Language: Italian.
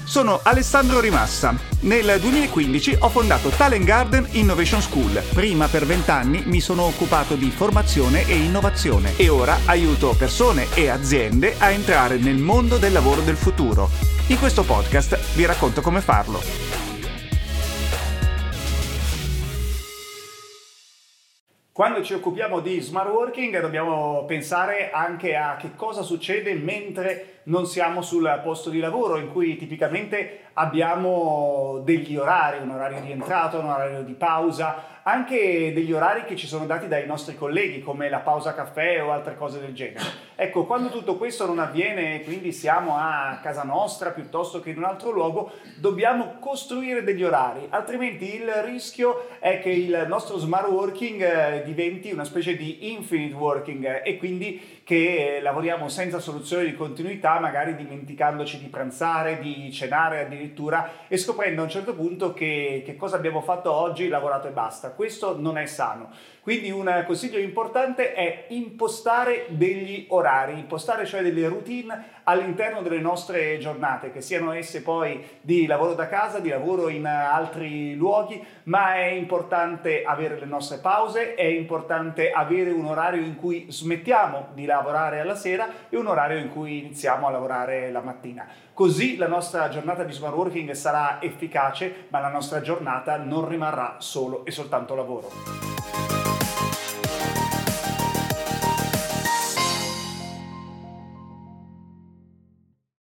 Sono Alessandro Rimassa. Nel 2015 ho fondato Talent Garden Innovation School. Prima per 20 anni mi sono occupato di formazione e innovazione e ora aiuto persone e aziende a entrare nel mondo del lavoro del futuro. In questo podcast vi racconto come farlo. Quando ci occupiamo di smart working dobbiamo pensare anche a che cosa succede mentre non siamo sul posto di lavoro, in cui tipicamente abbiamo degli orari, un orario di entrata, un orario di pausa, anche degli orari che ci sono dati dai nostri colleghi come la pausa caffè o altre cose del genere. Ecco, quando tutto questo non avviene, quindi siamo a casa nostra piuttosto che in un altro luogo, dobbiamo costruire degli orari, altrimenti il rischio è che il nostro smart working diventi una specie di infinite working e quindi che lavoriamo senza soluzione di continuità, magari dimenticandoci di pranzare, di cenare addirittura e scoprendo a un certo punto che cosa abbiamo fatto oggi, lavorato e basta. Questo non è sano. Quindi un consiglio importante è impostare degli orari, impostare cioè delle routine all'interno delle nostre giornate, che siano esse poi di lavoro da casa, di lavoro in altri luoghi, ma è importante avere le nostre pause, è importante avere un orario in cui smettiamo di lavorare alla sera e un orario in cui iniziamo a lavorare la mattina. Così la nostra giornata di smart working sarà efficace, ma la nostra giornata non rimarrà solo e soltanto lavoro.